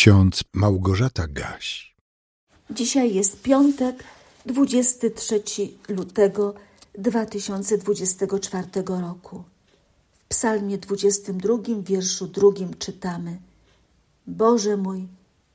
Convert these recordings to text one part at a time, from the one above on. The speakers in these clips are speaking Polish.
Ksiądz Małgorzata Gaś. Dzisiaj jest piątek, 23 lutego 2024 roku. W psalmie 22, wierszu 2 czytamy: Boże mój,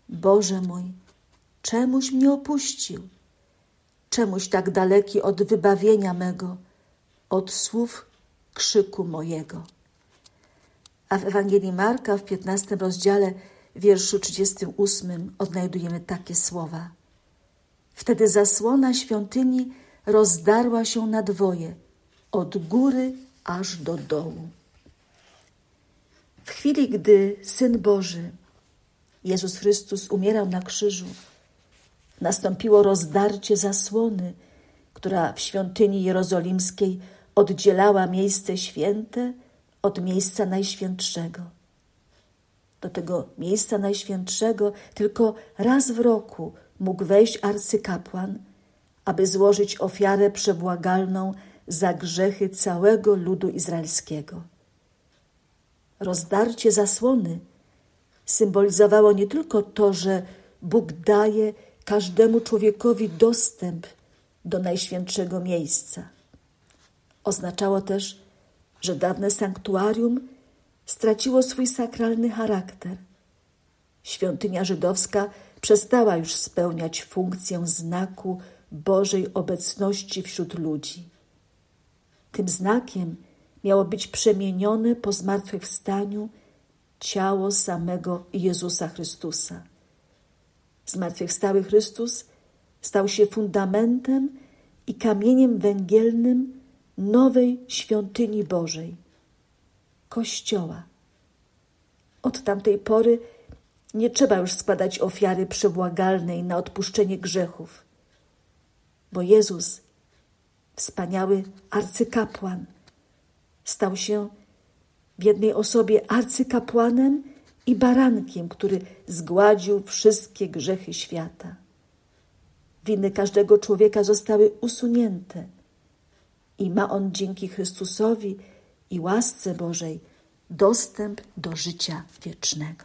czemuś mnie opuścił? Czemuś tak daleki od wybawienia mego, od słów krzyku mojego? A w Ewangelii Marka w 15 rozdziale, wierszu 38 odnajdujemy takie słowa: Wtedy zasłona świątyni rozdarła się na dwoje, od góry aż do dołu. W chwili, gdy Syn Boży, Jezus Chrystus, umierał na krzyżu, nastąpiło rozdarcie zasłony, która w świątyni jerozolimskiej oddzielała miejsce święte od miejsca najświętszego. Do tego miejsca najświętszego tylko raz w roku mógł wejść arcykapłan, aby złożyć ofiarę przebłagalną za grzechy całego ludu izraelskiego. Rozdarcie zasłony symbolizowało nie tylko to, że Bóg daje każdemu człowiekowi dostęp do najświętszego miejsca. Oznaczało też, że dawne sanktuarium straciło swój sakralny charakter. Świątynia żydowska przestała już spełniać funkcję znaku Bożej obecności wśród ludzi. Tym znakiem miało być przemienione po zmartwychwstaniu ciało samego Jezusa Chrystusa. Zmartwychwstały Chrystus stał się fundamentem i kamieniem węgielnym nowej świątyni Bożej, Kościoła. Od tamtej pory nie trzeba już składać ofiary przebłagalnej na odpuszczenie grzechów, bo Jezus, wspaniały arcykapłan, stał się w jednej osobie arcykapłanem i barankiem, który zgładził wszystkie grzechy świata. Winy każdego człowieka zostały usunięte i ma on dzięki Chrystusowi i łasce Bożej dostęp do życia wiecznego.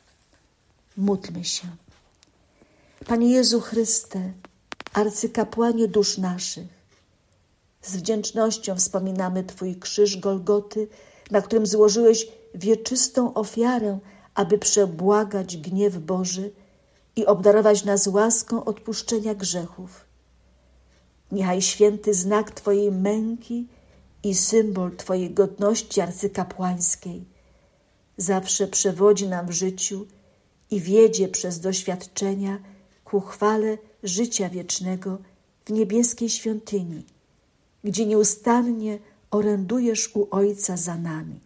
Módlmy się. Panie Jezu Chryste, arcykapłanie dusz naszych, z wdzięcznością wspominamy Twój krzyż Golgoty, na którym złożyłeś wieczystą ofiarę, aby przebłagać gniew Boży i obdarować nas łaską odpuszczenia grzechów. Niechaj święty znak Twojej męki i symbol Twojej godności arcykapłańskiej zawsze przewodzi nam w życiu i wiedzie przez doświadczenia ku chwale życia wiecznego w niebieskiej świątyni, gdzie nieustannie orędujesz u Ojca za nami.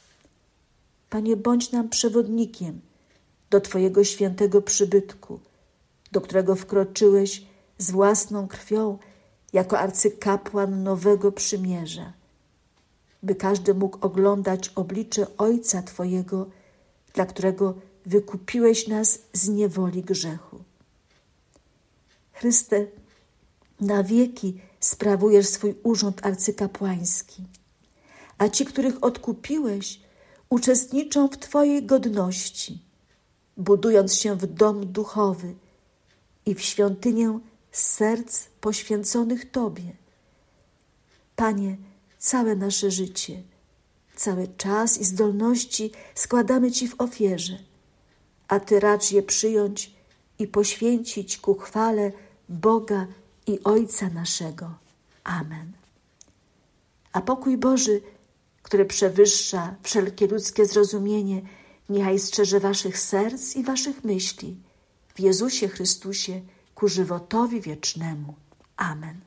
Panie, bądź nam przewodnikiem do Twojego świętego przybytku, do którego wkroczyłeś z własną krwią jako arcykapłan nowego przymierza, by każdy mógł oglądać oblicze Ojca Twojego, dla którego wykupiłeś nas z niewoli grzechu. Chryste, na wieki sprawujesz swój urząd arcykapłański, a ci, których odkupiłeś, uczestniczą w Twojej godności, budując się w dom duchowy i w świątynię serc poświęconych Tobie. Panie, całe nasze życie, cały czas i zdolności składamy Ci w ofierze, a Ty racz je przyjąć i poświęcić ku chwale Boga i Ojca naszego. Amen. A pokój Boży, który przewyższa wszelkie ludzkie zrozumienie, niechaj strzeże waszych serc i waszych myśli w Jezusie Chrystusie ku żywotowi wiecznemu. Amen.